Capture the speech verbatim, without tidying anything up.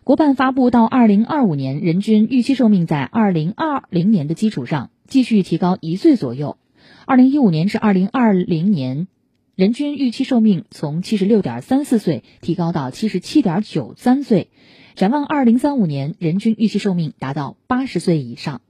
国办发布到二零二五年人均预期寿命在二零二零年的基础上继续提高一岁左右。二零一五年至二零二零年，人均预期寿命从七十六点三四岁提高到七十七点九三岁。展望二零三五年，人均预期寿命达到八十岁以上。